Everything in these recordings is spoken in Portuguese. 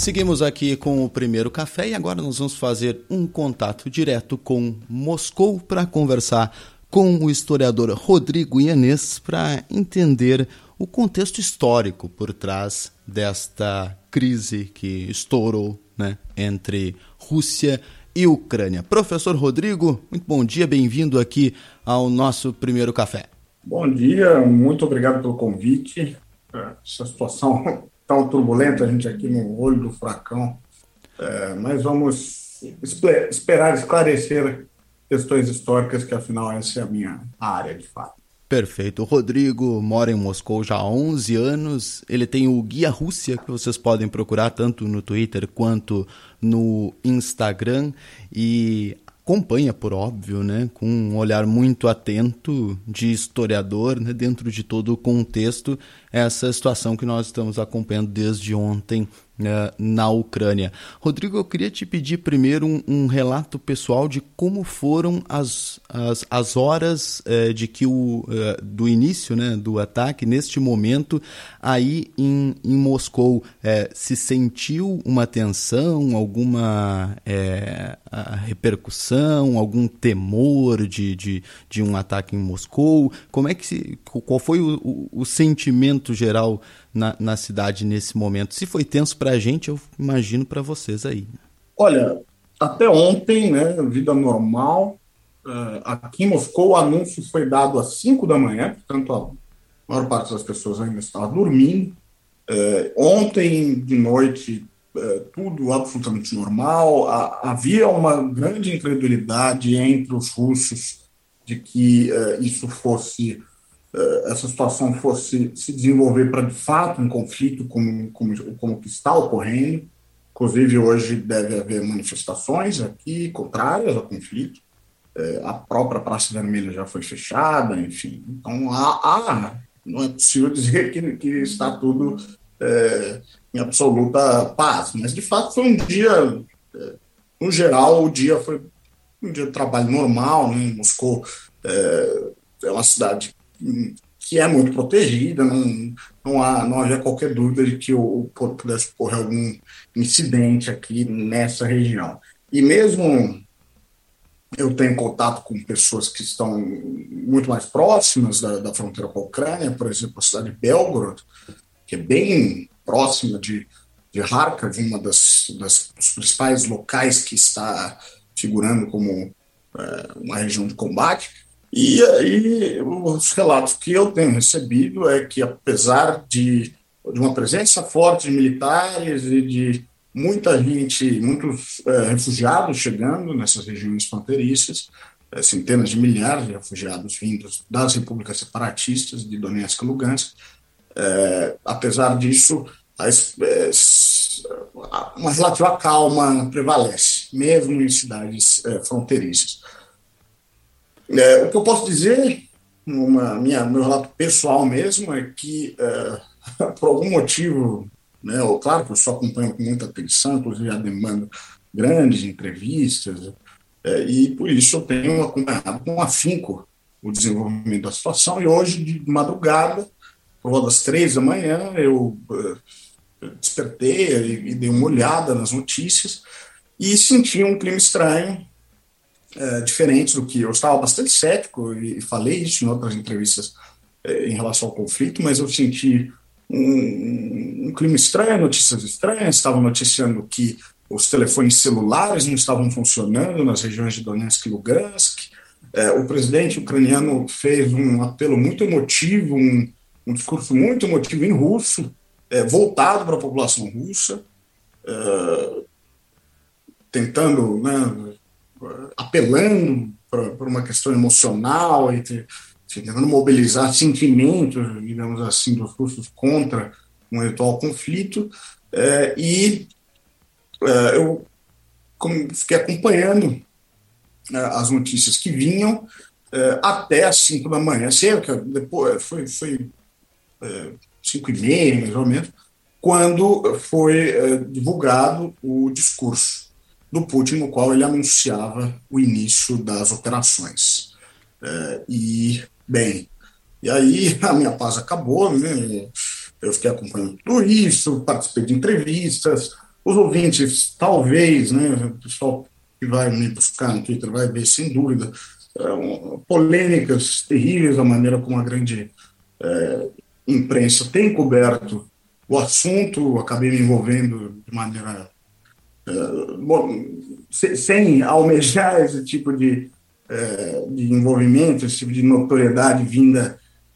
Seguimos aqui com o primeiro café e agora nós vamos fazer um contato direto com Moscou para conversar com o historiador Rodrigo Ianez para entender o contexto histórico por trás desta crise que estourou, né, entre Rússia e Ucrânia. Professor Rodrigo, muito bom dia, bem-vindo aqui ao nosso primeiro café. Bom dia, muito obrigado pelo convite. Essa situação tão turbulenta, a gente aqui no olho do furacão, mas vamos esperar esclarecer questões históricas, que afinal essa é a minha área de fato. Perfeito. O Rodrigo mora em Moscou já há 11 anos. Ele tem o Guia Rússia, que vocês podem procurar tanto no Twitter quanto no Instagram. E acompanha, por óbvio, né, com um olhar muito atento de historiador, né, dentro de todo o contexto, essa situação que nós estamos acompanhando desde ontem na Ucrânia. Rodrigo, eu queria te pedir primeiro um relato pessoal de como foram as horas de que do início, né, do ataque, neste momento, aí em Moscou. Se sentiu uma tensão, alguma repercussão, algum temor de um ataque em Moscou? Qual foi o sentimento geral na cidade nesse momento? Se foi tenso para a gente, eu imagino para vocês aí. Olha, até ontem, né, vida normal. Aqui em Moscou o anúncio foi dado às 5 da manhã, portanto a maior parte das pessoas ainda estava dormindo. Ontem de noite, tudo absolutamente normal. Havia uma grande incredulidade entre os russos de que essa situação fosse se desenvolver para, de fato, um conflito como que está ocorrendo. Inclusive, hoje deve haver manifestações aqui contrárias ao conflito. A própria Praça Vermelha já foi fechada, enfim. Então, não é possível dizer que está tudo em absoluta paz. Mas, de fato, foi um dia... no geral, o dia foi um dia de trabalho normal, né? Moscou é uma cidade que é muito protegida, não havia qualquer dúvida de que pudesse ocorrer algum incidente aqui nessa região. E mesmo eu tenho contato com pessoas que estão muito mais próximas da fronteira com a Ucrânia, por exemplo, a cidade de Belgorod, que é bem próxima de Kharkiv, uma dos principais locais que está figurando como uma região de combate. E aí, os relatos que eu tenho recebido é que, apesar de uma presença forte de militares e de muita gente, muitos refugiados chegando nessas regiões fronteiriças, centenas de milhares de refugiados vindos das repúblicas separatistas de Donetsk e Lugansk, apesar disso, uma relativa calma prevalece, mesmo em cidades fronteiriças. O que eu posso dizer, meu relato pessoal mesmo, é que, por algum motivo, né, claro que eu só acompanho com muita atenção, inclusive a demanda grande de entrevistas, e por isso eu tenho acompanhado com afinco o desenvolvimento da situação, e hoje, de madrugada, por volta das 3 da manhã, eu despertei e dei uma olhada nas notícias e senti um clima estranho, diferente do que eu estava bastante cético, e falei isso em outras entrevistas em relação ao conflito, mas eu senti um clima estranho, notícias estranhas. Estavam noticiando que os telefones celulares não estavam funcionando nas regiões de Donetsk e Lugansk. O presidente ucraniano fez um apelo muito emotivo, um discurso muito emotivo em russo, voltado para a população russa, tentando, né, apelando para uma questão emocional e tentando mobilizar sentimentos, digamos assim, dos russos contra um eventual conflito. Eu fiquei acompanhando as notícias que vinham até às 5 da manhã, cerca, depois foi 5h30, mais ou menos, quando foi divulgado o discurso do Putin, no qual ele anunciava o início das operações. E aí a minha paz acabou, né? Eu fiquei acompanhando tudo isso, participei de entrevistas, os ouvintes, talvez, né, o pessoal que vai me buscar no Twitter vai ver, sem dúvida, polêmicas terríveis, a maneira como a grande imprensa tem coberto o assunto. Acabei me envolvendo de maneira sem almejar esse tipo de envolvimento, esse tipo de notoriedade vinda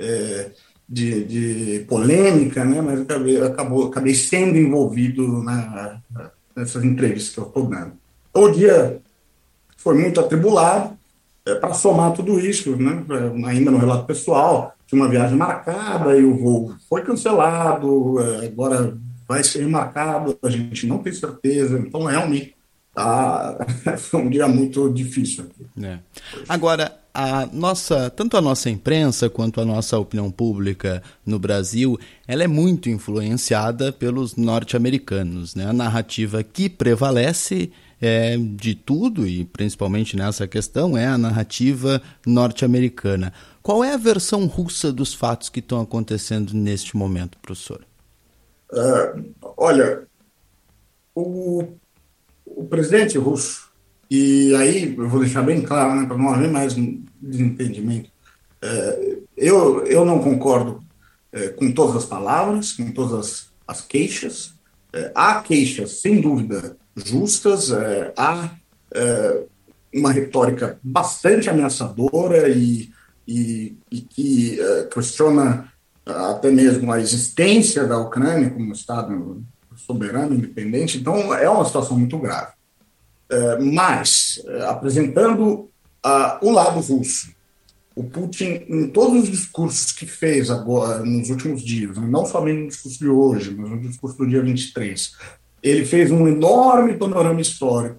de polêmica, né? Mas acabei sendo envolvido nessas entrevistas que eu estou dando. Então, o dia foi muito atribulado. Para somar tudo isso, né? Ainda no relato pessoal, tinha uma viagem marcada e o voo foi cancelado, agora vai ser remarcado, a gente não tem certeza. Então, realmente, foi um dia muito difícil aqui. Agora, tanto a nossa imprensa quanto a nossa opinião pública no Brasil, ela é muito influenciada pelos norte-americanos, né? A narrativa que prevalece de tudo, e principalmente nessa questão, é a narrativa norte-americana. Qual é a versão russa dos fatos que estão acontecendo neste momento, professor? Olha, o presidente russo, e aí eu vou deixar bem claro, né, para não haver mais desentendimento, eu não concordo com todas as palavras, com todas as queixas. Há queixas, sem dúvida, justas, há uma retórica bastante ameaçadora e que questiona até mesmo a existência da Ucrânia como Estado soberano, independente. Então, é uma situação muito grave. Mas, apresentando o lado russo, o Putin, em todos os discursos que fez agora, nos últimos dias, não somente no discurso de hoje, mas no discurso do dia 23, ele fez um enorme panorama histórico,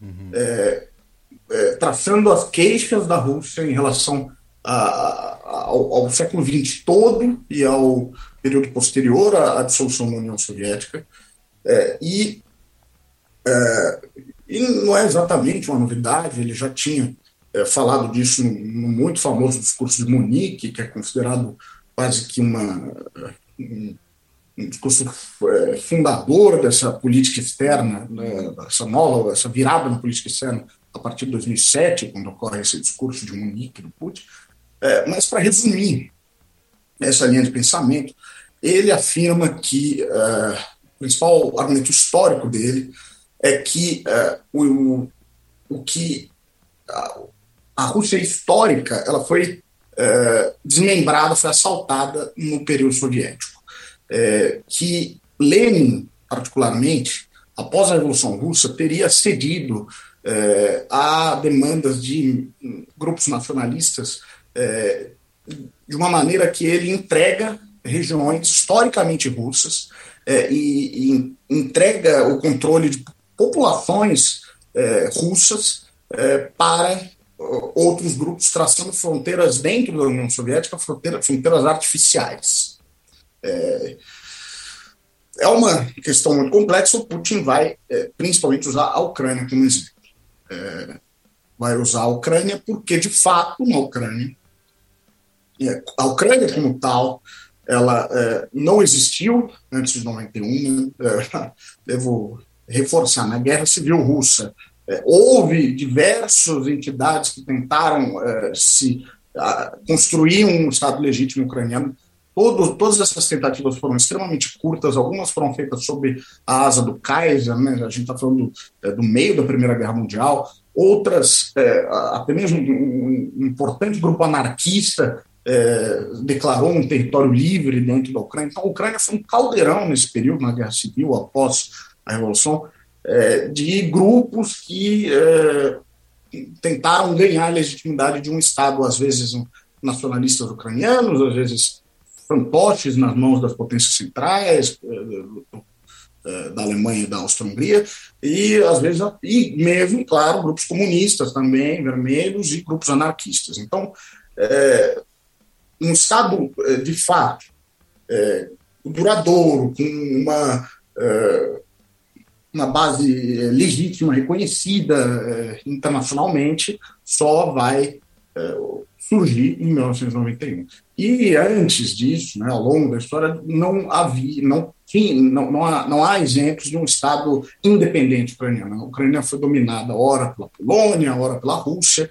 traçando as queixas da Rússia em relação ao século XX todo e ao período posterior à dissolução da União Soviética. E não é exatamente uma novidade, ele já tinha falado disso no muito famoso discurso de Munique, que é considerado quase que um discurso fundador dessa política externa, né, essa virada na política externa a partir de 2007, quando ocorre esse discurso de Munique do Putin. Mas, para resumir essa linha de pensamento, ele afirma que o principal argumento histórico dele é que a Rússia histórica ela foi desmembrada, foi assaltada no período soviético. Que Lenin, particularmente, após a Revolução Russa, teria cedido a demandas de grupos nacionalistas de uma maneira que ele entrega regiões historicamente russas e entrega o controle de populações russas para outros grupos, traçando fronteiras dentro da União Soviética, fronteiras artificiais. É uma questão muito complexa. O Putin vai principalmente usar a Ucrânia como exemplo. Vai usar a Ucrânia porque, de fato, a Ucrânia como tal, ela não existiu antes de 91. Devo reforçar, na Guerra Civil Russa, houve diversas entidades que tentaram construir um Estado legítimo ucraniano. Todas essas tentativas foram extremamente curtas, algumas foram feitas sob a asa do Kaiser, né? A gente está falando do meio da Primeira Guerra Mundial, outras, até mesmo um importante grupo anarquista declarou um território livre dentro da Ucrânia. Então, a Ucrânia foi um caldeirão nesse período, na Guerra Civil, após a Revolução, de grupos que tentaram ganhar a legitimidade de um Estado, às vezes nacionalistas ucranianos, às vezes fantoches nas mãos das potências centrais, da Alemanha e da Áustria-Hungria, e às vezes, e mesmo, claro, grupos comunistas também, vermelhos, e grupos anarquistas. Então, um Estado, de fato, duradouro, com uma base legítima, reconhecida internacionalmente, só vai surgir em 1991. E antes disso, né, ao longo da história, não há exemplos de um Estado independente ucraniano. A Ucrânia foi dominada ora pela Polônia, ora pela Rússia,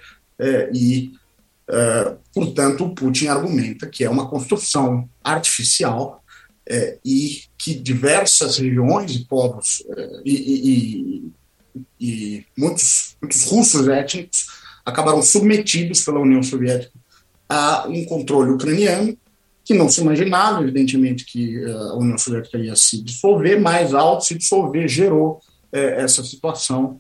portanto, o Putin argumenta que é uma construção artificial e que diversas regiões e povos e muitos russos étnicos acabaram submetidos pela União Soviética a um controle ucraniano que não se imaginava, evidentemente, que a União Soviética ia se dissolver, mas ao se dissolver gerou essa situação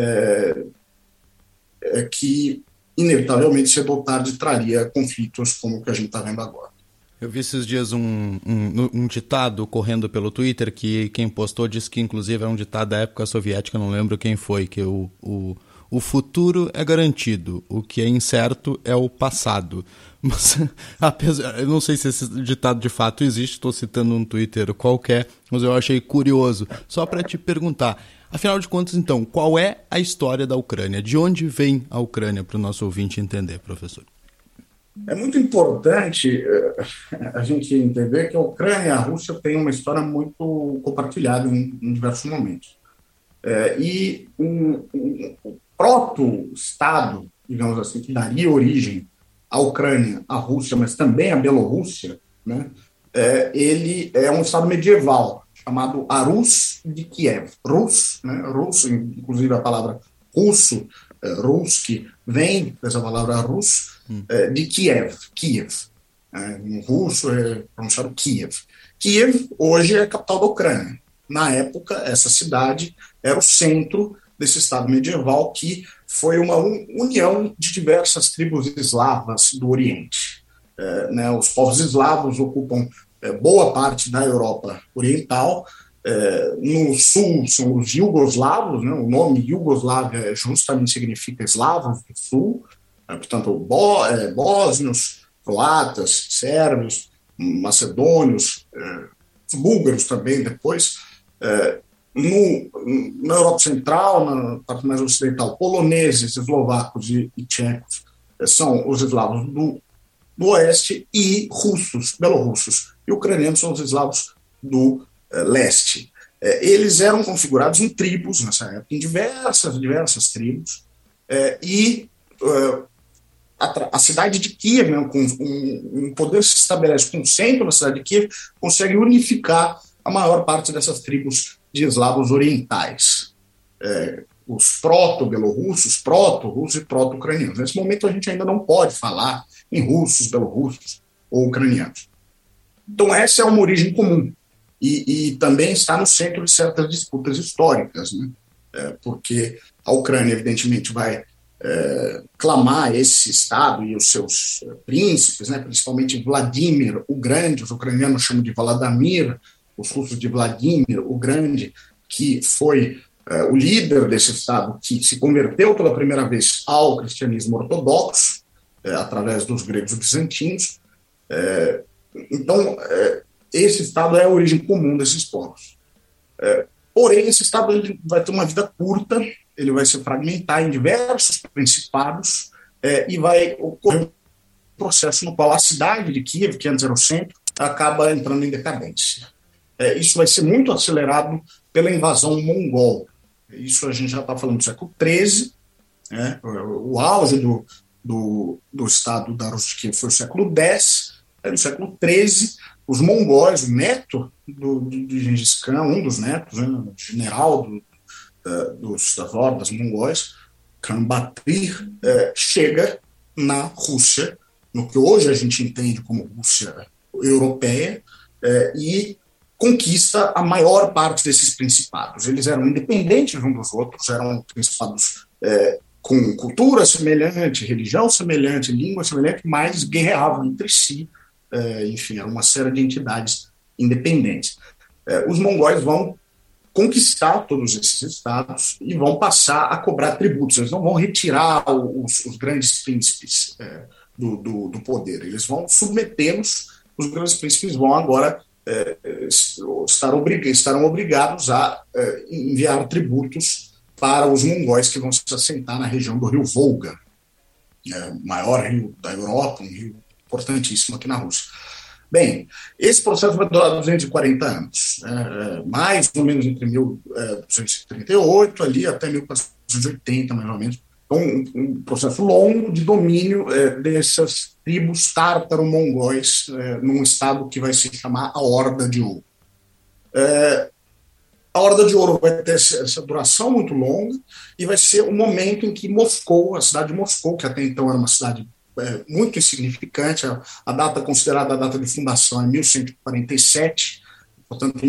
que inevitavelmente cedo ou tarde traria conflitos como o que a gente está vendo agora. Eu vi esses dias um ditado correndo pelo Twitter que quem postou disse que inclusive é um ditado da época soviética, não lembro quem foi, que o futuro é garantido, o que é incerto é o passado. Mas, eu não sei se esse ditado de fato existe, estou citando um Twitter qualquer, mas eu achei curioso. Só para te perguntar, afinal de contas, então, qual é a história da Ucrânia? De onde vem a Ucrânia, para o nosso ouvinte entender, professor? É muito importante a gente entender que a Ucrânia e a Rússia têm uma história muito compartilhada em diversos momentos. E o proto-estado, digamos assim, que daria origem à Ucrânia, à Rússia, mas também à Bielorrússia, né, ele é um estado medieval, chamado a Rus de Kiev. Rus, né, russo, inclusive a palavra russo, Ruski, vem dessa palavra Rus, de Kiev. No russo é pronunciado Kiev. Kiev hoje é a capital da Ucrânia. Na época, essa cidade era o centro desse estado medieval que foi uma união de diversas tribos eslavas do Oriente. Os povos eslavos ocupam boa parte da Europa Oriental. No sul são os iugoslavos, né? O nome Iugoslávia justamente significa eslavos do sul, portanto, bósnios, croatas, sérvios, macedônios, os búlgaros também depois. Na Europa Central, na parte mais ocidental, poloneses, eslovacos e tchecos são os eslavos do oeste, e russos, belorussos e ucranianos são os eslavos do leste. Eles eram configurados em tribos nessa época, em diversas tribos, e a cidade de Kiev, né, com um poder se estabelece com o centro da cidade de Kiev, consegue unificar a maior parte dessas tribos de eslavos orientais. Os proto-belorussos, proto-russos e proto-ucranianos. Nesse momento a gente ainda não pode falar em russos, belorussos ou ucranianos. Então essa é uma origem comum e também está no centro de certas disputas históricas, né? Porque a Ucrânia evidentemente vai clamar esse Estado e os seus príncipes, né? Principalmente Vladimir o Grande, os ucranianos chamam de Vladimir, os russos de Vladimir o Grande, que foi o líder desse Estado, que se converteu pela primeira vez ao cristianismo ortodoxo, através dos gregos bizantinos. Então, esse Estado é a origem comum desses povos. Porém, esse Estado ele vai ter uma vida curta, ele vai se fragmentar em diversos principados e vai ocorrer um processo no qual a cidade de Kiev, que antes era o centro, acaba entrando em decadência. Isso vai ser muito acelerado pela invasão mongol. Isso a gente já está falando do século XIII, o auge do Estado da Rússia foi o século X. No século XIII, os mongóis, o neto de Gengis Khan, um dos netos, general das hordas mongóis, Khan Batyr, chega na Rússia, no que hoje a gente entende como Rússia europeia, e conquista a maior parte desses principados. Eles eram independentes uns dos outros, eram principados com cultura semelhante, religião semelhante, língua semelhante, mas guerreavam entre si. Enfim, era uma série de entidades independentes. Os mongóis vão conquistar todos esses estados e vão passar a cobrar tributos. Eles não vão retirar os grandes príncipes do poder, eles vão submetê-los. Os grandes príncipes vão agora estarão obrigados a enviar tributos para os mongóis que vão se assentar na região do rio Volga. maior rio da Europa, um rio importantíssimo aqui na Rússia. Bem, esse processo vai durar 240 anos, mais ou menos entre 1238 ali até 1480, mais ou menos. Então, um processo longo de domínio dessas tribos tártaro-mongóis num estado que vai se chamar a Horda de Ouro. A Horda de Ouro vai ter essa duração muito longa e vai ser o momento em que Moscou, a cidade de Moscou, que até então era uma cidade muito insignificante, a data considerada a data de fundação é 1147, portanto,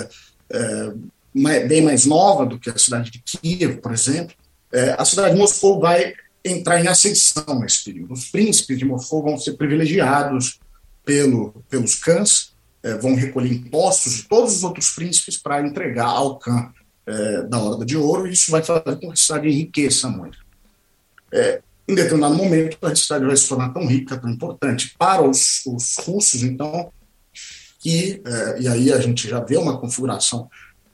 bem mais nova do que a cidade de Kiev, por exemplo. A cidade de Moscou vai entrar em ascensão nesse período. Os príncipes de Moscou vão ser privilegiados pelos Khans, vão recolher impostos de todos os outros príncipes para entregar ao Khan da Horda de Ouro, e isso vai fazer com que a cidade enriqueça muito. Em determinado momento, a cidade vai se tornar tão rica, tão importante para os russos, então, e aí a gente já vê uma configuração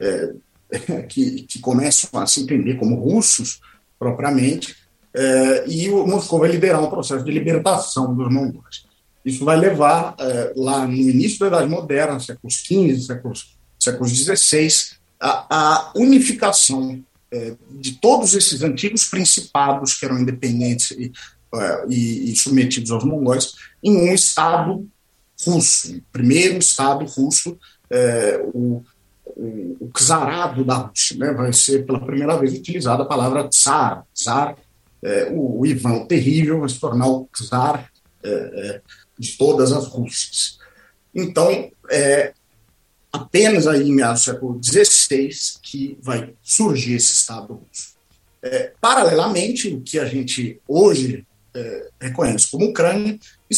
que começam a se entender como russos propriamente, e o Moscou vai liderar um processo de libertação dos mongóis. Isso vai levar, lá no início da Idade Moderna, séculos XV, séculos XVI, a unificação de todos esses antigos principados que eram independentes e submetidos aos mongóis em um Estado russo, o primeiro Estado russo, o czarado da Rússia, né? Vai ser pela primeira vez utilizada a palavra tsar. Tsar, o Ivan o Terrível vai se tornar o czar de todas as Rússias. Então, apenas aí em meados do século XVI que vai surgir esse Estado russo. Paralelamente, o que a gente hoje reconhece como Ucrânia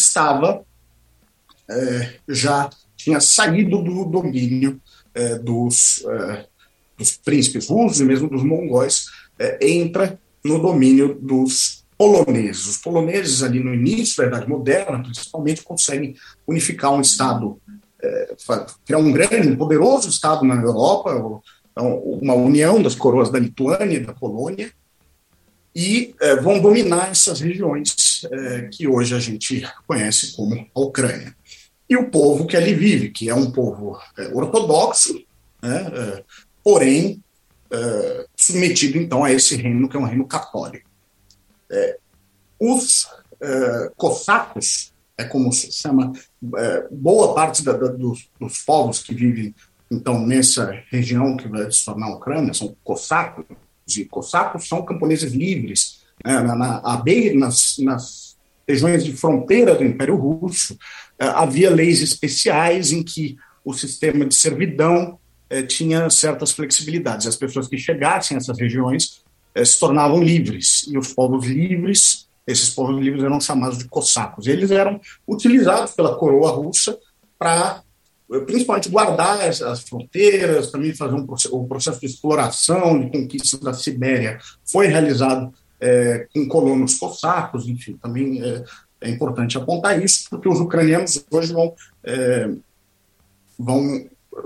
já tinha saído do domínio dos príncipes russos e mesmo dos mongóis, entra no domínio dos poloneses. Os poloneses, ali no início da Idade Moderna, principalmente, conseguem unificar um Estado, criar um poderoso Estado na Europa, uma união das coroas da Lituânia e da Polônia, e vão dominar essas regiões que hoje a gente conhece como a Ucrânia. E o povo que ali vive, que é um povo ortodoxo, porém submetido, então, a esse reino, que é um reino católico. Os cossacos, como se chama boa parte dos povos que vivem, então, nessa região que vai se tornar a Ucrânia, são cossacos, e cossacos são camponeses livres. Nas regiões de fronteira do Império Russo, havia leis especiais em que o sistema de servidão tinha certas flexibilidades. As pessoas que chegassem a essas regiões se tornavam livres, e os povos livres, esses povos livres eram chamados de cossacos. Eles eram utilizados pela coroa russa para, principalmente, guardar as fronteiras, também fazer o processo de exploração, de conquista da Sibéria foi realizado com colonos cossacos, enfim, também é importante apontar isso, porque os ucranianos hoje vão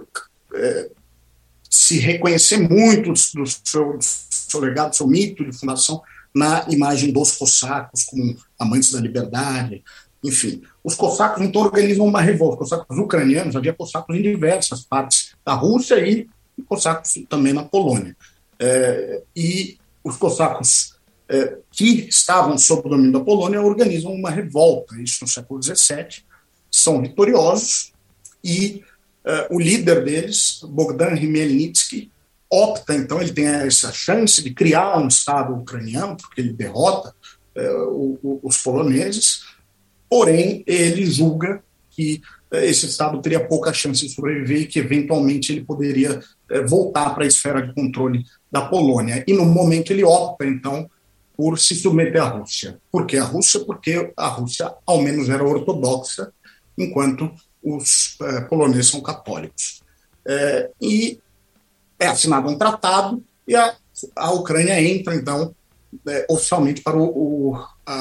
se reconhecer muito do seu legado, do seu mito de fundação, na imagem dos cossacos como amantes da liberdade, enfim. Os cossacos, então, organizam uma revolta. Os cossacos ucranianos, havia cossacos em diversas partes da Rússia e cossacos também na Polônia. E os cossacos que estavam sob o domínio da Polônia organizam uma revolta, isso no século XVII, são vitoriosos, e o líder deles, Bogdan Khmelnytsky, opta, então, ele tem essa chance de criar um Estado ucraniano, porque ele derrota os poloneses, porém, ele julga que esse Estado teria pouca chance de sobreviver e que, eventualmente, ele poderia voltar para a esfera de controle da Polônia. E, no momento, ele opta, então, por se submeter à Rússia. Por que a Rússia? Porque a Rússia, ao menos, era ortodoxa, enquanto os poloneses são católicos. E é assinado um tratado e a Ucrânia entra, então, oficialmente para o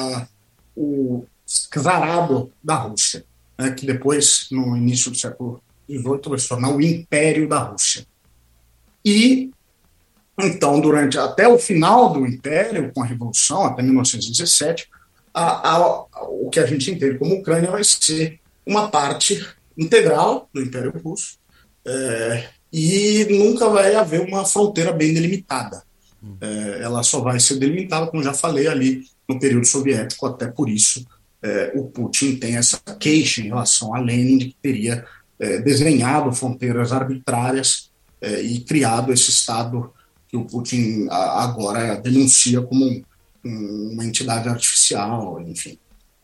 czarado da Rússia, que depois, no início do século XVIII, vai se tornar o Império da Rússia. E, então, até o final do Império, com a Revolução, até 1917, o que a gente entende como Ucrânia vai ser uma parte integral do Império Russo, e nunca vai haver uma fronteira bem delimitada. Ela só vai ser delimitada, como já falei, ali no período soviético, até por isso o Putin tem essa queixa em relação a Lenin de que teria desenhado fronteiras arbitrárias e criado esse Estado que o Putin agora denuncia como uma entidade artificial, enfim.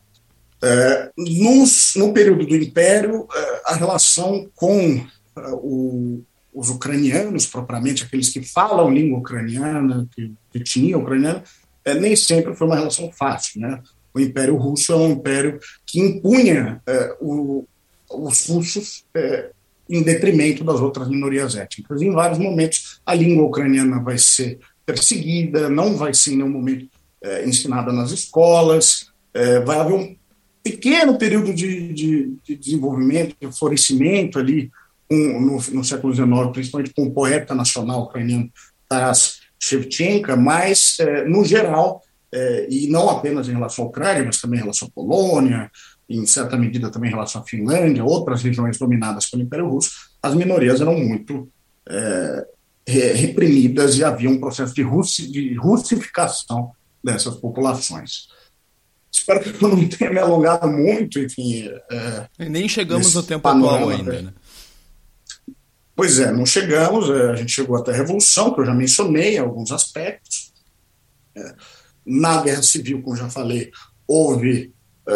No período do Império, a relação com os ucranianos, propriamente, aqueles que falam língua ucraniana, que tinham ucraniano, nem sempre foi uma relação fácil, né? O Império Russo é um império que impunha os russos em detrimento das outras minorias étnicas. Em vários momentos, a língua ucraniana vai ser perseguida, não vai ser em nenhum momento ensinada nas escolas, vai haver um pequeno período de desenvolvimento, de florescimento ali no século XIX, principalmente com o poeta nacional ucraniano Taras Shevchenko, mas, no geral, e não apenas em relação à Ucrânia, mas também em relação à Polônia, em certa medida também em relação à Finlândia, outras regiões dominadas pelo Império Russo, as minorias eram muito reprimidas e havia um processo de russificação dessas populações. Espero que eu não tenha me alongado muito, enfim. Nem chegamos no tempo atual ainda, né? Pois é, não chegamos, a gente chegou até a Revolução, que eu já mencionei alguns aspectos. Na Guerra Civil, como já falei, houve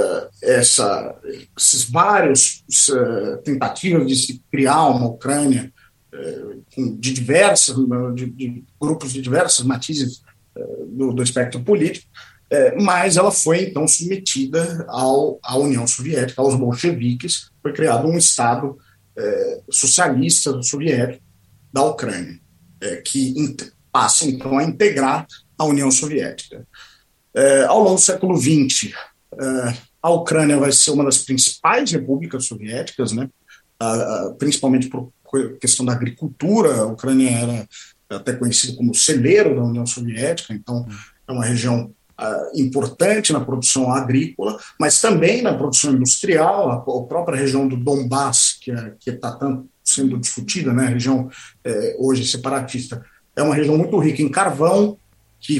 esses vários tentativas de se criar uma Ucrânia de grupos de diversas matizes do espectro político, mas ela foi então submetida à União Soviética, aos bolcheviques. Foi criado um Estado socialista soviético da Ucrânia, que passa então a integrar a União Soviética. Ao longo do século XX, a Ucrânia vai ser uma das principais repúblicas soviéticas, né? Principalmente por questão da agricultura. A Ucrânia era até conhecida como celeiro da União Soviética, então é uma região importante na produção agrícola, mas também na produção industrial. A própria região do Donbass, que está tanto sendo discutida, né, a região hoje separatista, é uma região muito rica em carvão, que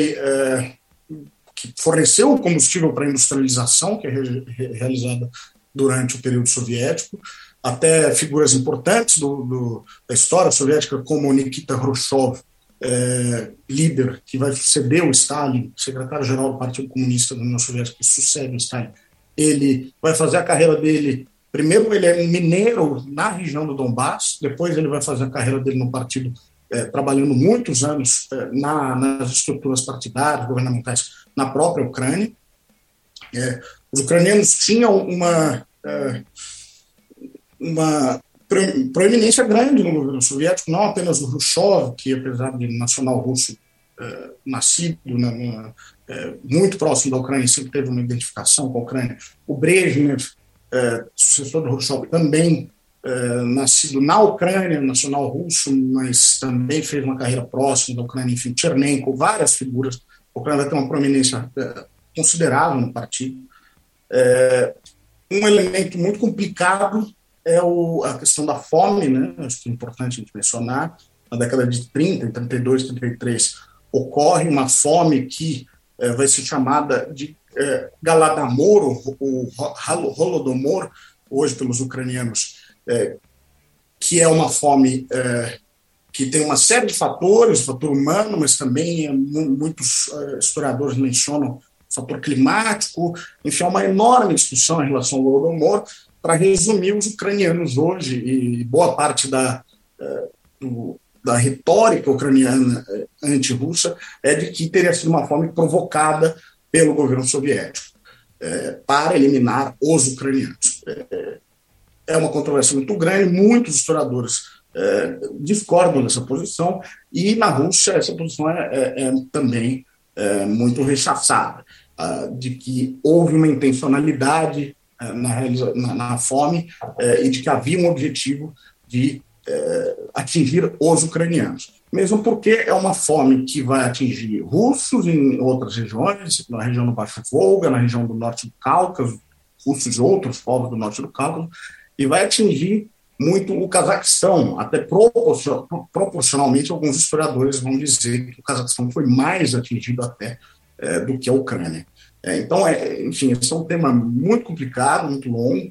forneceu o combustível para a industrialização, que é realizada durante o período soviético. Até figuras importantes da história soviética, como Nikita Khrushchev, líder que vai suceder o Stalin, secretário-geral do Partido Comunista da União Soviética, que sucede o Stalin, ele vai fazer a carreira dele. Primeiro, ele é mineiro na região do Donbass, depois ele vai fazer a carreira dele no partido, trabalhando muitos anos nas estruturas partidárias, governamentais, na própria Ucrânia. Os ucranianos tinham uma proeminência grande no governo soviético, não apenas o Khrushchev, que apesar de nacional russo, nascido muito próximo da Ucrânia, sempre teve uma identificação com a Ucrânia. O Brezhnev, sucessor do Khrushchev, também nascido na Ucrânia, nacional russo, mas também fez uma carreira próxima da Ucrânia, enfim, Chernenko, várias figuras. A Ucrânia vai ter uma proeminência considerável no partido. Um elemento muito complicado é a questão da fome, né? Acho que é importante a gente mencionar. Na década de 30, 32, 33, ocorre uma fome que vai ser chamada de Galadomor, ou Holodomor, hoje pelos ucranianos, que é uma fome que tem uma série de fatores, fator humano, mas também muitos historiadores mencionam o fator climático. Enfim, há uma enorme discussão em relação ao Holodomor. Para resumir, os ucranianos hoje, e boa parte da retórica ucraniana anti-russa, é de que teria sido uma fome provocada pelo governo soviético para eliminar os ucranianos. É uma controvérsia muito grande, muitos historiadores discordam dessa posição, e na Rússia essa posição é também muito rechaçada, de que houve uma intencionalidade na fome, e de que havia um objetivo de atingir os ucranianos. Mesmo porque é uma fome que vai atingir russos em outras regiões, na região do Baixo Volga, na região do norte do Cáucaso, russos e outros povos do norte do Cáucaso, e vai atingir muito o Cazaquistão, até proporcionalmente alguns historiadores vão dizer que o Cazaquistão foi mais atingido até do que a Ucrânia. Então, enfim, esse é um tema muito complicado, muito longo.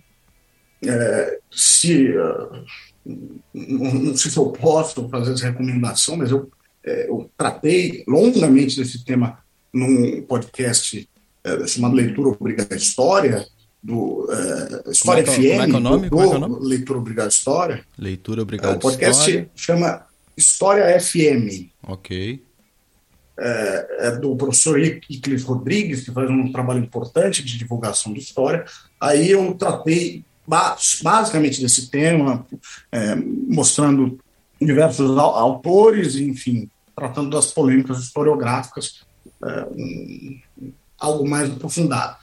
Não sei se eu posso fazer essa recomendação, mas eu tratei longamente desse tema num podcast chamado Leitura Obriga História, do História FM. Como é que é o nome? Leitura Obrigada História. Leitura Obrigada História. O podcast chama História FM. Ok. É do professor Iclis Rodrigues, que faz um trabalho importante de divulgação de história. Aí eu tratei basicamente desse tema, mostrando diversos autores, enfim, tratando das polêmicas historiográficas, algo mais aprofundado.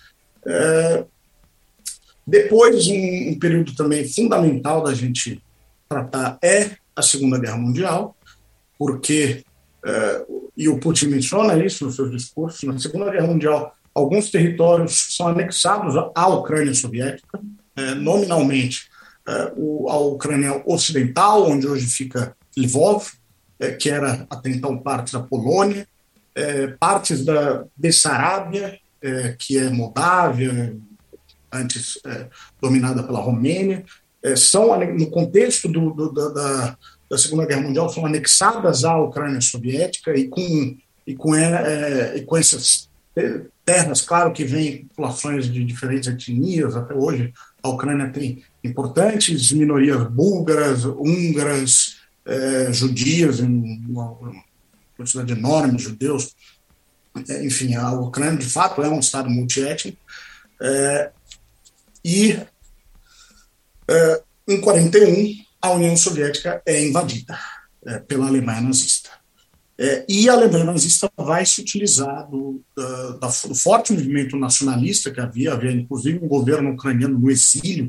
Depois, um período também fundamental da gente tratar é a Segunda Guerra Mundial, porque, e o Putin menciona isso nos seus discursos, na Segunda Guerra Mundial, alguns territórios são anexados à Ucrânia soviética, nominalmente a Ucrânia Ocidental, onde hoje fica Lvov, que era até então parte da Polônia, partes da Bessarábia, que é Moldávia, antes dominada pela Romênia, são, no contexto da Segunda Guerra Mundial, são anexadas à Ucrânia soviética e com essas terras, claro que vêm populações de diferentes etnias, até hoje a Ucrânia tem importantes minorias búlgaras, húngaras, judias, uma quantidade enorme de judeus. Enfim, a Ucrânia, de fato, é um estado multiétnico. Em 1941, a União Soviética é invadida pela Alemanha nazista. E a Alemanha nazista vai se utilizar do forte movimento nacionalista que havia inclusive um governo ucraniano no exílio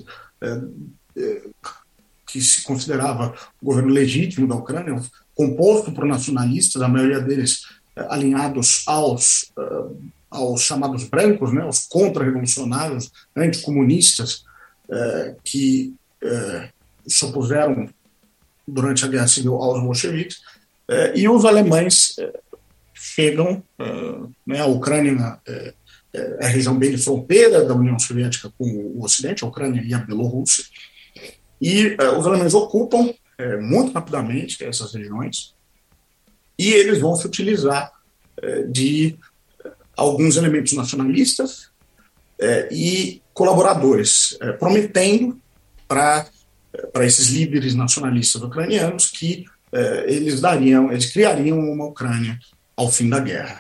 que se considerava o governo legítimo da Ucrânia, composto por nacionalistas, a maioria deles alinhados aos chamados brancos, né, os contra-revolucionários, anticomunistas, que se opuseram durante a Guerra Civil aos bolcheviques. E os alemães chegam, a Ucrânia é a região bem de fronteira da União Soviética com o Ocidente, a Ucrânia e a Bielorrússia, e os alemães ocupam muito rapidamente essas regiões, e eles vão se utilizar de alguns elementos nacionalistas e colaboradores, prometendo para esses líderes nacionalistas ucranianos que eles criariam uma Ucrânia ao fim da guerra.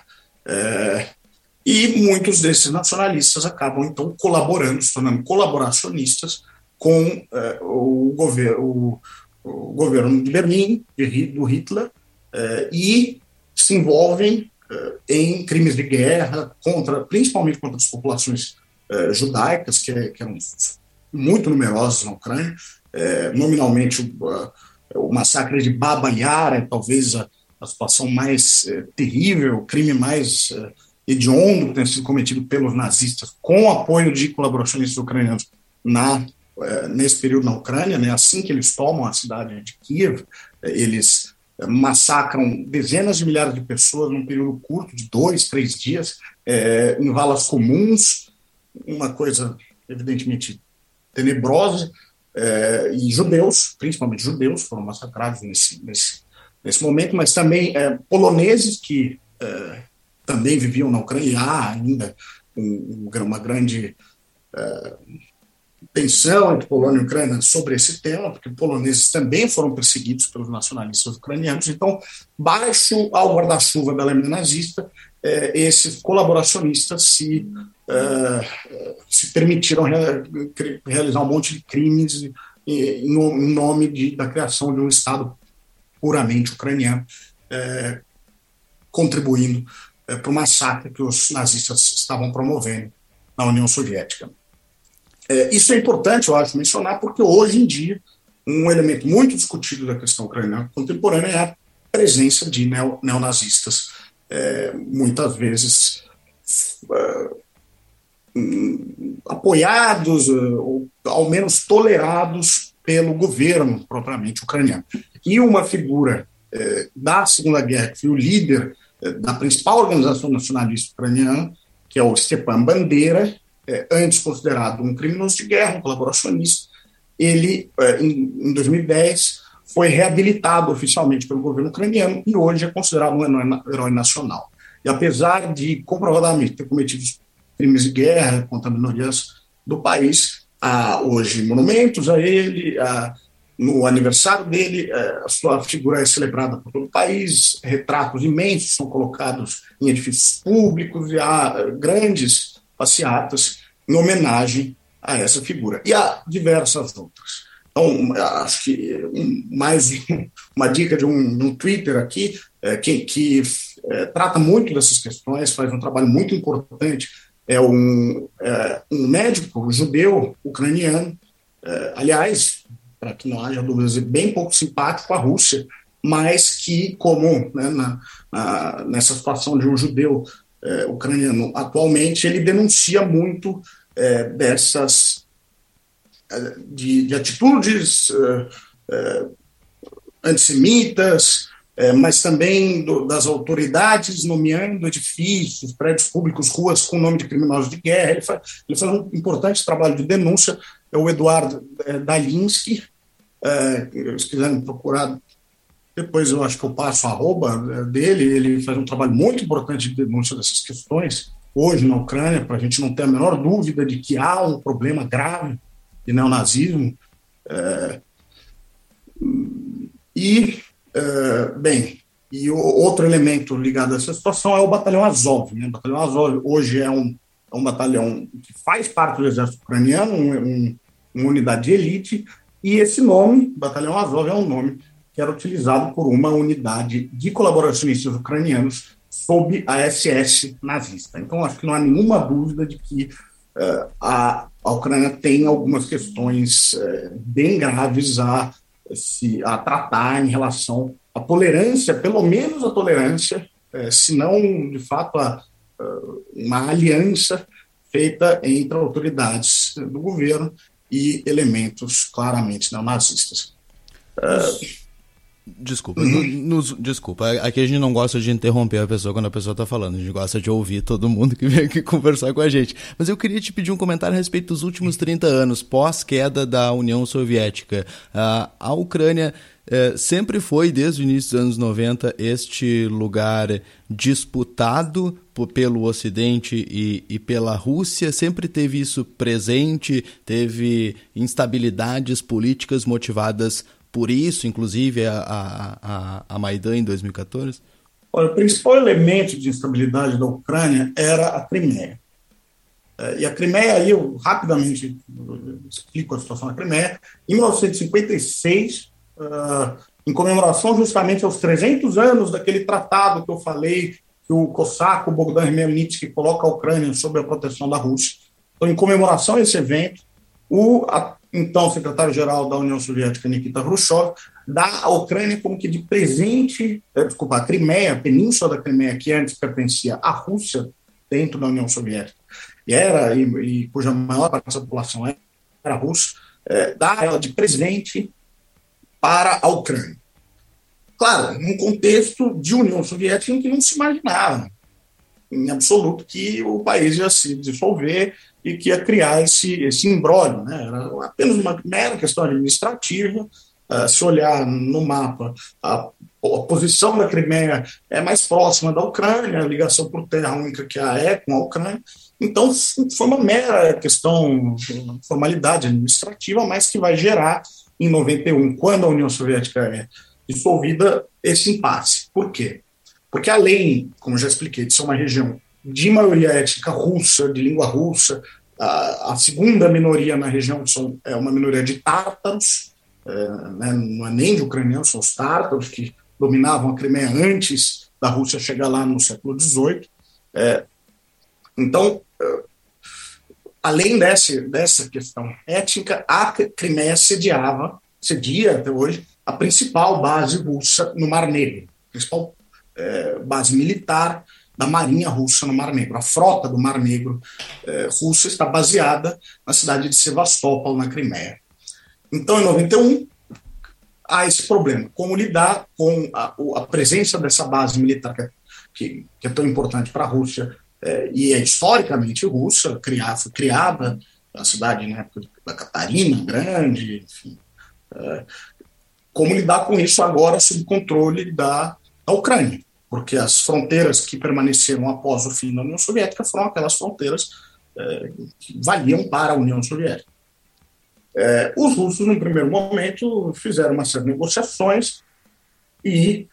E muitos desses nacionalistas acabam, então, colaborando, se tornando colaboracionistas com o governo de Berlim, do Hitler, e se envolvem em crimes de guerra, principalmente contra as populações judaicas, que eram muito numerosas na Ucrânia. Nominalmente, o massacre de Baba Yara é talvez a situação mais terrível, o crime mais hediondo que tem sido cometido pelos nazistas com o apoio de colaboracionistas ucranianos nesse período na Ucrânia, né? Assim que eles tomam a cidade de Kiev, eles massacram dezenas de milhares de pessoas num período curto de 2, 3 dias, em valas comuns, uma coisa evidentemente tenebrosa. E judeus, principalmente judeus, foram massacrados nesse momento, mas também poloneses que também viviam na Ucrânia, e há ainda uma grande tensão entre Polônia e Ucrânia sobre esse tema, porque poloneses também foram perseguidos pelos nacionalistas ucranianos. Então, baixo ao guarda-chuva da Alemanha nazista, esses colaboracionistas se permitiram realizar um monte de crimes em nome da criação de um Estado puramente ucraniano, contribuindo para o massacre que os nazistas estavam promovendo na União Soviética. Isso é importante, eu acho, mencionar, porque hoje em dia um elemento muito discutido da questão ucraniana contemporânea é a presença de neonazistas, muitas vezes apoiados ou ao menos tolerados pelo governo propriamente ucraniano. E uma figura da Segunda Guerra, que foi o líder da principal organização nacionalista ucraniana, que é o Stepan Bandera, antes considerado um criminoso de guerra, um colaboracionista. Ele, em 2010, foi reabilitado oficialmente pelo governo ucraniano e hoje é considerado um herói nacional. E apesar de comprovadamente ter cometido crimes de guerra contra minorias do país, há hoje monumentos a ele, no aniversário dele, a sua figura é celebrada por todo o país, retratos imensos são colocados em edifícios públicos e há grandes passeatas em homenagem a essa figura. E há diversas outras. Então, acho que mais uma dica de um Twitter aqui, que trata muito dessas questões, faz um trabalho muito importante, é um médico judeu ucraniano, aliás, para que não haja dúvidas, é bem pouco simpático à Rússia, mas que, como nessa situação de um judeu ucraniano atualmente, ele denuncia muito dessas de atitudes antissemitas, mas também das autoridades nomeando edifícios, prédios públicos, ruas com o nome de criminosos de guerra. Ele faz um importante trabalho de denúncia. É o Eduardo Dalinsky. Se quiserem procurar, depois eu acho que eu passo a arroba dele. Ele faz um trabalho muito importante de denúncia dessas questões hoje na Ucrânia, para a gente não ter a menor dúvida de que há um problema grave de neonazismo. E outro elemento ligado a essa situação é o Batalhão Azov. Né? O Batalhão Azov hoje é um batalhão que faz parte do exército ucraniano, uma unidade de elite, e esse nome, Batalhão Azov, é um nome que era utilizado por uma unidade de colaboracionistas ucranianos sob a SS nazista. Então, acho que não há nenhuma dúvida de que a Ucrânia tem algumas questões bem graves a tratar em relação à tolerância, pelo menos a tolerância, se não, de fato, uma aliança feita entre autoridades do governo e elementos claramente neonazistas. Desculpa, desculpa, aqui a gente não gosta de interromper a pessoa quando a pessoa está falando, a gente gosta de ouvir todo mundo que vem aqui conversar com a gente. Mas eu queria te pedir um comentário a respeito dos últimos 30 anos, pós-queda da União Soviética. A Ucrânia sempre foi, desde o início dos anos 90, este lugar disputado pelo Ocidente e pela Rússia, sempre teve isso presente, teve instabilidades políticas motivadas por isso, inclusive a Maidan em 2014? Olha, o principal elemento de instabilidade da Ucrânia era a Crimeia. E a Crimeia, aí eu rapidamente explico a situação da Crimeia. Em 1956, em comemoração justamente aos 300 anos daquele tratado que eu falei, que o cosaco Bogdan Khmelnytsky coloca a Ucrânia sob a proteção da Rússia. Então, em comemoração a esse evento, então secretário-geral da União Soviética, Nikita Khrushchev, dá à Ucrânia como que de presente, a Crimeia, a península da Crimeia, que antes pertencia à Rússia, dentro da União Soviética, e cuja maior parte da população era russa, dá ela de presente para a Ucrânia. Claro, num contexto de União Soviética em que não se imaginava, em absoluto, que o país ia se dissolver e que ia criar esse imbróglio, né? Era apenas uma mera questão administrativa. Se olhar no mapa, a posição da Crimeia é mais próxima da Ucrânia, a ligação por terra única que há com a Ucrânia. Então, foi uma mera questão, formalidade administrativa, mas que vai gerar, em 91, quando a União Soviética é dissolvida, esse impasse. Por quê? Porque além, como já expliquei, de ser uma região de maioria étnica russa, de língua russa, a segunda minoria na região é uma minoria de tártaros, né, não é nem de ucranianos, são os tártaros que dominavam a Crimeia antes da Rússia chegar lá no século XVIII. Então, além dessa questão étnica, a Crimeia sediava cedia até hoje a principal base russa no Mar Negro, a principal base militar da Marinha Russa no Mar Negro. A frota do Mar Negro russa está baseada na cidade de Sevastopol, na Crimeia. Então, em 91, há esse problema. Como lidar com a presença dessa base militar que é tão importante para a Rússia e é historicamente russa, foi criada a cidade na época da Catarina Grande, enfim. Como lidar com isso agora sob controle da Ucrânia? Porque as fronteiras que permaneceram após o fim da União Soviética foram aquelas fronteiras que valiam para a União Soviética. Os russos, no primeiro momento, fizeram uma série de negociações e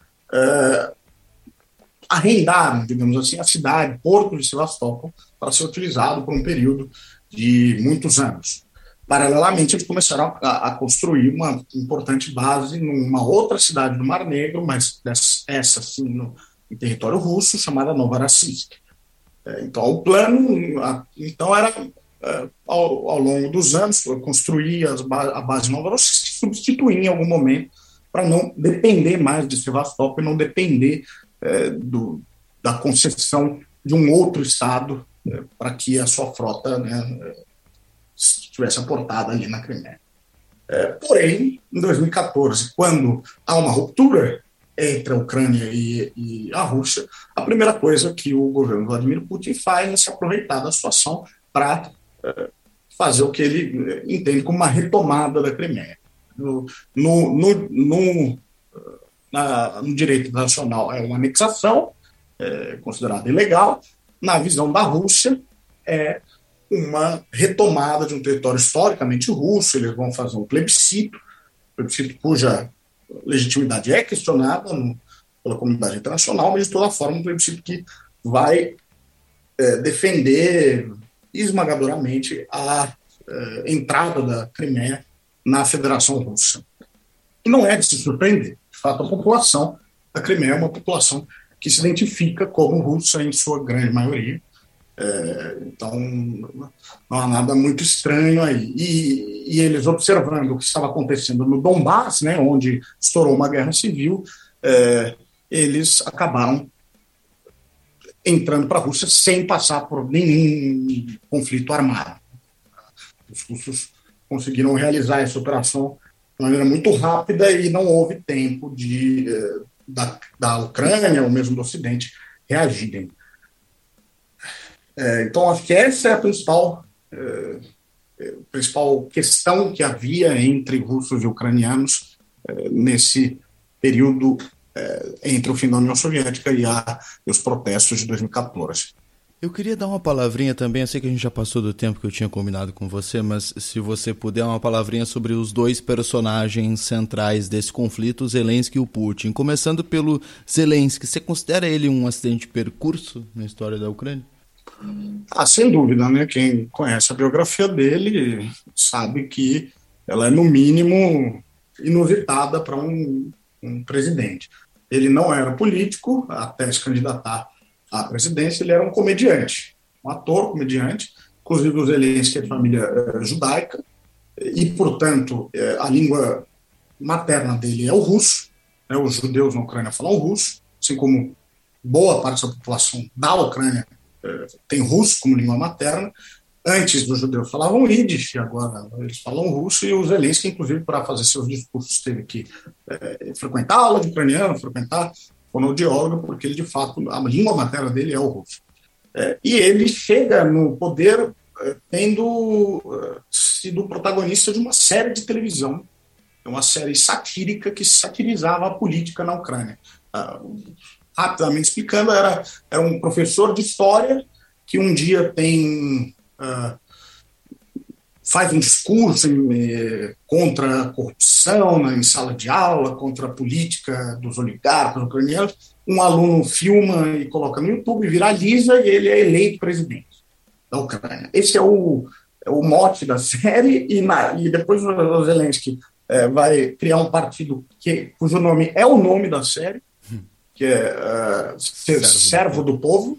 arrendaram, digamos assim, a cidade, Porto de Sevastopol, para ser utilizado por um período de muitos anos. Paralelamente, eles começaram a construir uma importante base numa outra cidade do Mar Negro, mas essa sim em território russo, chamada Novorossiysk. Então, o plano era, ao longo dos anos, construir a base Novorossiysk, substituir em algum momento, para não depender mais de Sevastopol e não depender da concessão de um outro estado para que a sua frota estivesse aportada ali na Crimeia. Porém, em 2014, quando há uma ruptura entre a Ucrânia e a Rússia, a primeira coisa que o governo Vladimir Putin faz é se aproveitar da situação para fazer o que ele entende como uma retomada da Crimeia. No direito internacional é uma anexação, considerada ilegal. Na visão da Rússia, é uma retomada de um território historicamente russo. Eles vão fazer um plebiscito cuja legitimidade é questionada pela comunidade internacional, mas de toda forma um plebiscito que vai defender esmagadoramente a entrada da Crimeia na Federação Russa. E não é de se surpreender. De fato, a população da Crimeia é uma população que se identifica como russa em sua grande maioria. Então, não há nada muito estranho aí. E eles, observando o que estava acontecendo no Donbass, onde estourou uma guerra civil, eles acabaram entrando para a Rússia sem passar por nenhum conflito armado. Os russos conseguiram realizar essa operação de maneira muito rápida e não houve tempo da Ucrânia ou mesmo do Ocidente reagirem. Então, acho que essa é a principal questão que havia entre russos e ucranianos nesse período entre o fim da União Soviética e os protestos de 2014. Eu queria dar uma palavrinha também, eu sei que a gente já passou do tempo que eu tinha combinado com você, mas se você puder, uma palavrinha sobre os dois personagens centrais desse conflito, o Zelensky e o Putin. Começando pelo Zelensky, você considera ele um acidente de percurso na história da Ucrânia? Sem dúvida, Quem conhece a biografia dele sabe que ela é, no mínimo, inusitada para um presidente. Ele não era político até se candidatar à presidência, ele era um comediante, um ator comediante. Inclusive, o Zelensky é de família judaica e, portanto, a língua materna dele é o russo. Os judeus na Ucrânia falam russo, assim como boa parte da população da Ucrânia tem russo como língua materna. Antes os judeus falavam Yiddish, agora eles falam russo, e o Zelensky, inclusive, para fazer seus discursos, teve que frequentar aula de ucraniano, frequentar fonoaudiólogo, porque ele, de fato, a língua materna dele é o russo. E ele chega no poder tendo sido protagonista de uma série de televisão, uma série satírica que satirizava a política na Ucrânia. Rapidamente explicando, era um professor de história que um dia faz um discurso contra a corrupção em sala de aula, contra a política dos oligarcas ucranianos. Um aluno filma e coloca no YouTube, viraliza, e ele é eleito presidente da Ucrânia. Esse é o mote da série, e depois o Zelensky vai criar um partido cujo nome é o nome da série, que é Servo do Povo,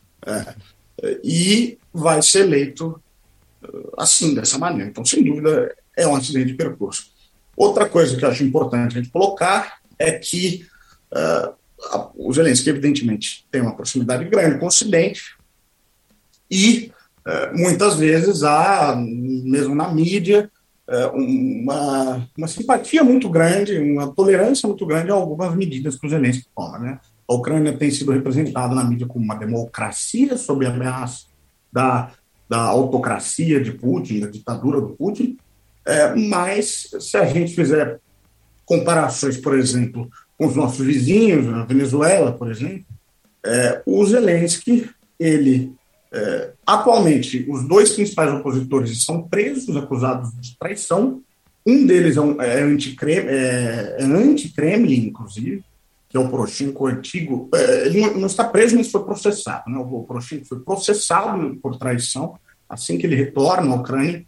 e vai ser eleito assim, dessa maneira. Então, sem dúvida, é um acidente de percurso. Outra coisa que eu acho importante a gente colocar é que o Zelensky, evidentemente, tem uma proximidade grande com o Ocidente e, muitas vezes, há, mesmo na mídia, uma simpatia muito grande, uma tolerância muito grande a algumas medidas que o Zelensky toma, né? A Ucrânia tem sido representada na mídia como uma democracia sob a ameaça da autocracia de Putin, da ditadura do Putin, mas se a gente fizer comparações, por exemplo, com os nossos vizinhos, na Venezuela, por exemplo, o Zelensky, atualmente, os dois principais opositores estão presos, acusados de traição. Um deles é anti-Kremlin, inclusive, que é o Poroshenko antigo. Ele não está preso, mas foi processado. Né? O Poroshenko foi processado por traição assim que ele retorna à Ucrânia,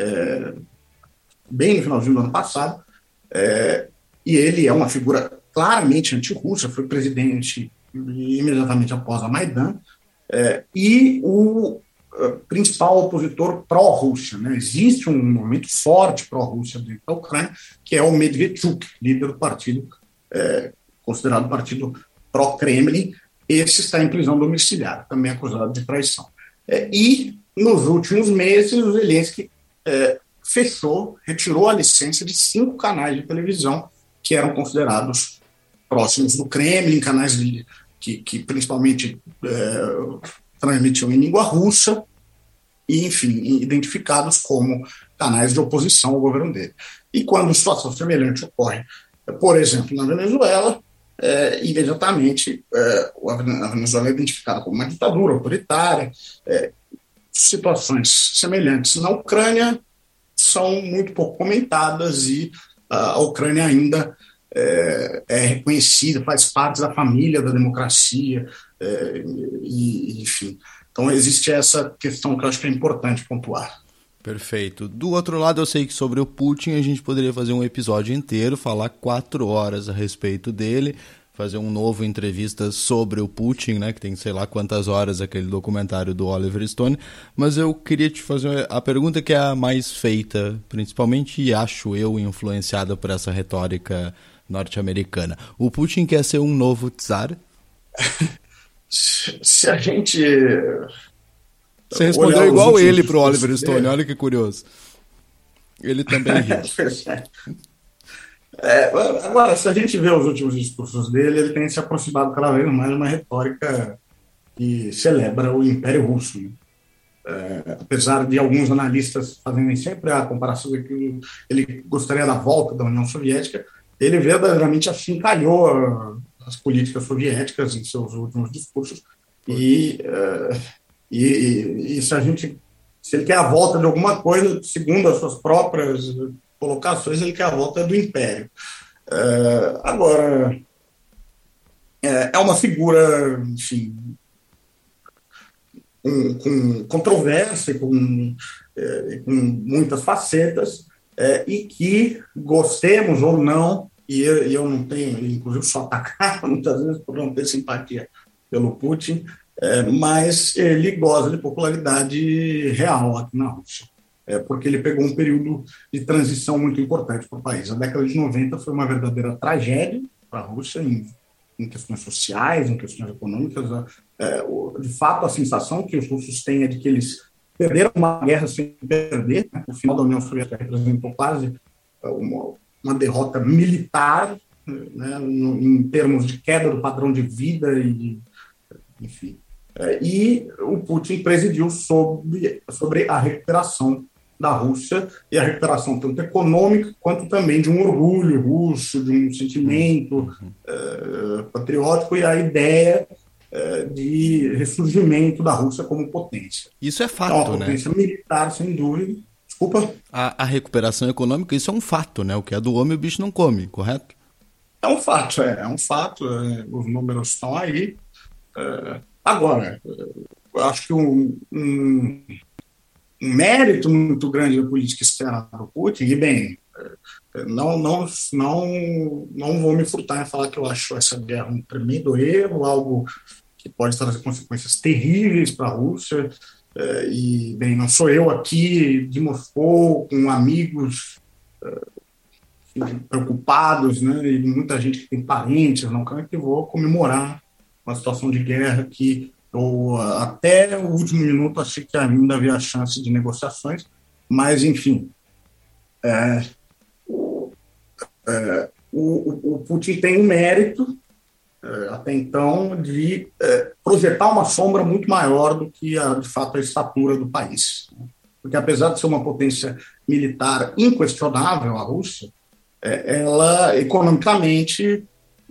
bem no finalzinho do ano passado. E ele é uma figura claramente anti-russa, foi presidente imediatamente após a Maidan, e o principal opositor pró-Rússia. Né? Existe um movimento forte pró-Rússia dentro da Ucrânia, que é o Medvedchuk, líder do partido, considerado partido pró-Kremlin. Esse está em prisão domiciliar, também acusado de traição. E, nos últimos meses, o Zelensky retirou a licença de 5 canais de televisão que eram considerados próximos do Kremlin, canais que principalmente transmitiam em língua russa e, enfim, identificados como canais de oposição ao governo dele. E quando situação semelhante ocorre, por exemplo, na Venezuela, imediatamente a Venezuela é identificada como uma ditadura autoritária. Situações semelhantes na Ucrânia são muito pouco comentadas e a Ucrânia ainda é reconhecida, faz parte da família da democracia, enfim. Então existe essa questão que eu acho que é importante pontuar. Perfeito. Do outro lado, eu sei que sobre o Putin a gente poderia fazer um episódio inteiro, falar 4 horas a respeito dele, fazer um novo entrevista sobre o Putin, né, que tem sei lá quantas horas aquele documentário do Oliver Stone, mas eu queria te fazer a pergunta que é a mais feita, principalmente, acho eu, influenciada por essa retórica norte-americana. O Putin quer ser um novo czar? Se a gente... Você respondeu igual ele pro Oliver Stone, olha que curioso. Ele também riu. Agora, se a gente vê os últimos discursos dele, ele tem se aproximado cada vez mais de uma retórica que celebra o Império Russo. Né? Apesar de alguns analistas fazerem sempre a comparação de que ele gostaria da volta da União Soviética, ele verdadeiramente achincalhou as políticas soviéticas em seus últimos discursos. E se ele quer a volta de alguma coisa, segundo as suas próprias colocações, ele quer a volta do Império. Agora, é uma figura, enfim, com controvérsia, com muitas facetas, e que, gostemos ou não, e eu não tenho, inclusive sou atacado muitas vezes por não ter simpatia pelo Putin, mas ele goza de popularidade real aqui na Rússia, porque ele pegou um período de transição muito importante para o país. A década de 90 foi uma verdadeira tragédia para a Rússia em questões sociais, em questões econômicas. De fato, a sensação que os russos têm é de que eles perderam uma guerra sem perder. Né? O final da União Soviética representou quase uma derrota militar, né, em termos de queda do padrão de vida enfim. E o Putin presidiu sobre a recuperação da Rússia, e a recuperação tanto econômica quanto também de um orgulho russo, de um sentimento patriótico e a ideia de ressurgimento da Rússia como potência. Isso é fato, então, uma potência militar, sem dúvida. Desculpa? A recuperação econômica, isso é um fato, né? O que é do homem, o bicho não come, correto? É um fato, os números estão aí. Agora, eu acho que um mérito muito grande da política externa do Putin, e bem, não vou me furtar em falar que eu acho essa guerra um tremendo erro, algo que pode trazer consequências terríveis para a Rússia, e bem, não sou eu aqui de Moscou com amigos preocupados, né, e muita gente que tem parentes não quer que vou comemorar uma situação de guerra que eu, até o último minuto, achei que ainda havia chance de negociações, mas, enfim, o Putin tem um mérito, até então, de projetar uma sombra muito maior do que, de fato, a estatura do país. Porque, apesar de ser uma potência militar inquestionável, a Rússia, ela, economicamente,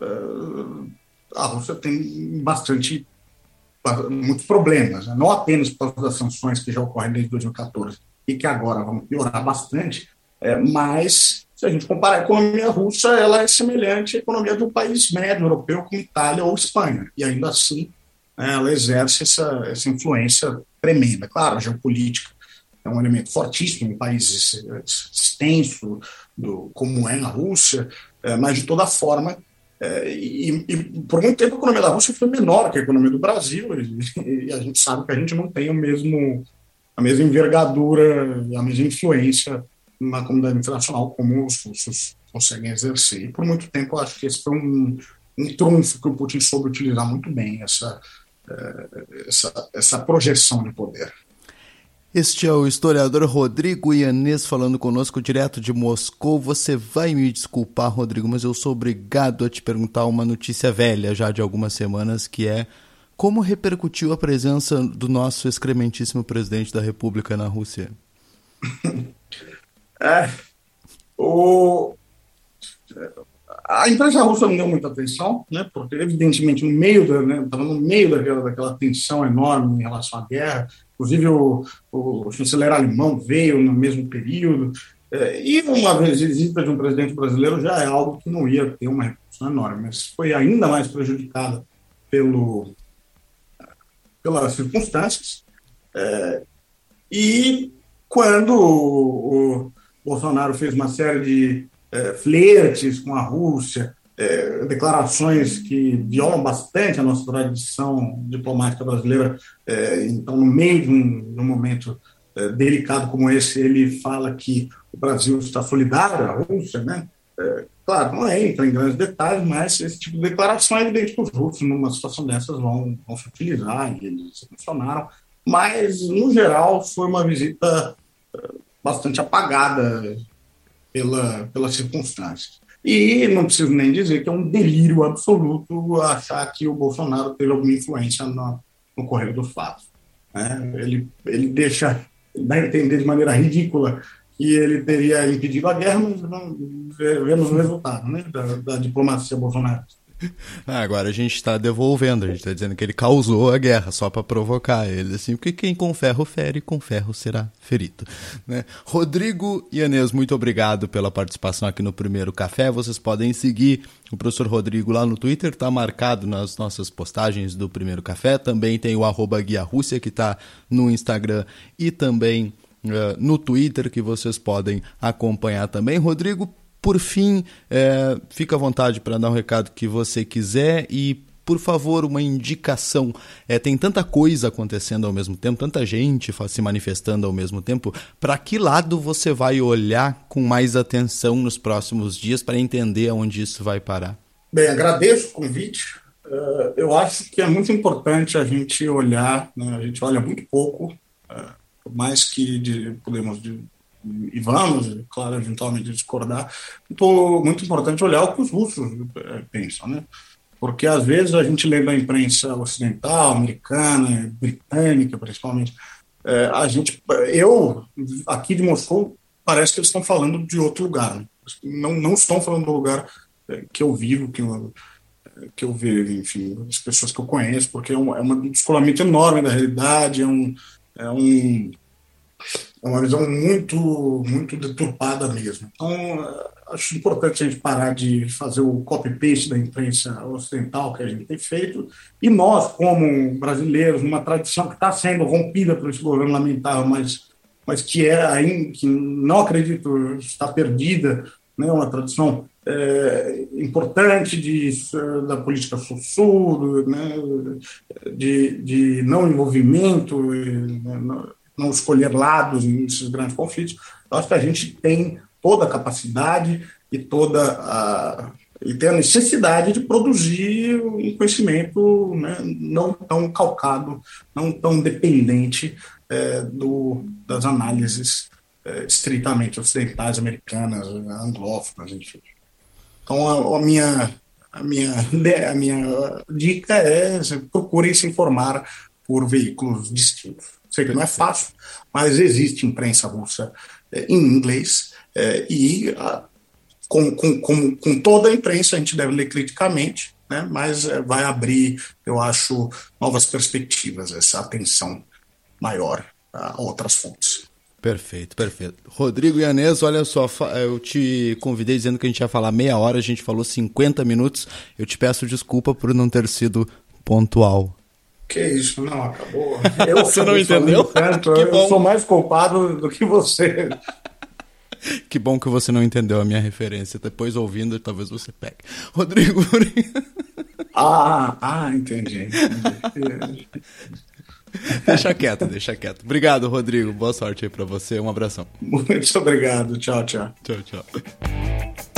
a Rússia tem muitos problemas, né? Não apenas por causa das sanções que já ocorrem desde 2014 e que agora vão piorar bastante, mas se a gente comparar a economia russa, ela é semelhante à economia do país médio europeu, como Itália ou Espanha, e ainda assim ela exerce essa influência tremenda. Claro, a geopolítica é um elemento fortíssimo em um país extenso, como é a Rússia, mas de toda forma, e por muito tempo a economia da Rússia foi menor que a economia do Brasil, e a gente sabe que a gente não tem a mesma envergadura, a mesma influência na comunidade internacional como os russos conseguem exercer. E por muito tempo eu acho que esse foi um trunfo que o Putin soube utilizar muito bem, essa projeção de poder. Este é o historiador Rodrigo Ianez falando conosco direto de Moscou. Você vai me desculpar, Rodrigo, mas eu sou obrigado a te perguntar uma notícia velha já de algumas semanas, que é como repercutiu a presença do nosso excrementíssimo presidente da República na Rússia? A imprensa russa não deu muita atenção, né, porque evidentemente estava no meio daquela tensão enorme em relação à guerra. Inclusive o chanceler alemão veio no mesmo período, e uma visita de um presidente brasileiro já é algo que não ia ter uma repercussão enorme, mas foi ainda mais prejudicada pelas circunstâncias. E quando o Bolsonaro fez uma série de flertes com a Rússia, declarações que violam bastante a nossa tradição diplomática brasileira, então, no meio de um momento delicado como esse, ele fala que o Brasil está solidário à Rússia, né? Claro, não entra em grandes detalhes, mas esse tipo de declaração é evidente que os russos, numa situação dessas, vão se utilizar, e eles se funcionaram, mas, no geral, foi uma visita bastante apagada pelas circunstâncias. E não preciso nem dizer que é um delírio absoluto achar que o Bolsonaro teve alguma influência no correr dos fatos. Né? Ele dá a entender de maneira ridícula que ele teria impedido a guerra, mas não vemos o resultado, né, da diplomacia bolsonarista. Agora a gente está devolvendo, a gente está dizendo que ele causou a guerra só para provocar ele, assim, porque quem com ferro fere, com ferro será ferido. Né? Rodrigo Ianez, muito obrigado pela participação aqui no Primeiro Café. Vocês podem seguir o professor Rodrigo lá no Twitter, está marcado nas nossas postagens do Primeiro Café. Também tem o @guiarússia, que está no Instagram e também no Twitter, que vocês podem acompanhar também. Rodrigo, por fim, fica à vontade para dar um recado que você quiser e, por favor, uma indicação. Tem tanta coisa acontecendo ao mesmo tempo, tanta gente se manifestando ao mesmo tempo. Para que lado você vai olhar com mais atenção nos próximos dias para entender aonde isso vai parar? Bem, agradeço o convite. Eu acho que é muito importante a gente olhar, né? A gente olha muito pouco, por mais que podemos... e vamos, claro, eventualmente discordar, muito importante olhar o que os russos pensam, né? Porque às vezes a gente lê da imprensa ocidental, americana, britânica, principalmente, eu, aqui de Moscou, parece que eles estão falando de outro lugar, né? Não estão falando do lugar que eu vivo, que eu vejo, enfim, as pessoas que eu conheço, porque é um descolamento enorme da realidade, é uma visão muito, muito deturpada mesmo. Então, acho importante a gente parar de fazer o copy-paste da imprensa ocidental que a gente tem feito, e nós, como brasileiros, numa tradição que está sendo rompida por esse governo lamentável, mas que não acredito está perdida, né, uma tradição importante da política sul-sul, né, de não envolvimento, não escolher lados nesses grandes conflitos. Eu acho que a gente tem toda a capacidade e e ter a necessidade de produzir um conhecimento, né, não tão calcado, não tão dependente das análises estritamente ocidentais, americanas, anglófonas, enfim. Então, a minha dica é procurem se informar por veículos distintos. Sei que não é fácil, mas existe imprensa russa em inglês com toda a imprensa a gente deve ler criticamente, né? Mas vai abrir, eu acho, novas perspectivas, essa atenção maior a outras fontes. Perfeito, perfeito. Rodrigo Ianez, olha só, eu te convidei dizendo que a gente ia falar meia hora, a gente falou 50 minutos. Eu te peço desculpa por não ter sido pontual. Que isso, não, acabou. Você não entendeu? Tanto, eu sou mais culpado do que você. Que bom que você não entendeu a minha referência. Depois ouvindo, talvez você pegue. Rodrigo. Entendi. Deixa quieto. Obrigado, Rodrigo. Boa sorte aí pra você. Um abração. Muito obrigado. Tchau, tchau. Tchau, tchau.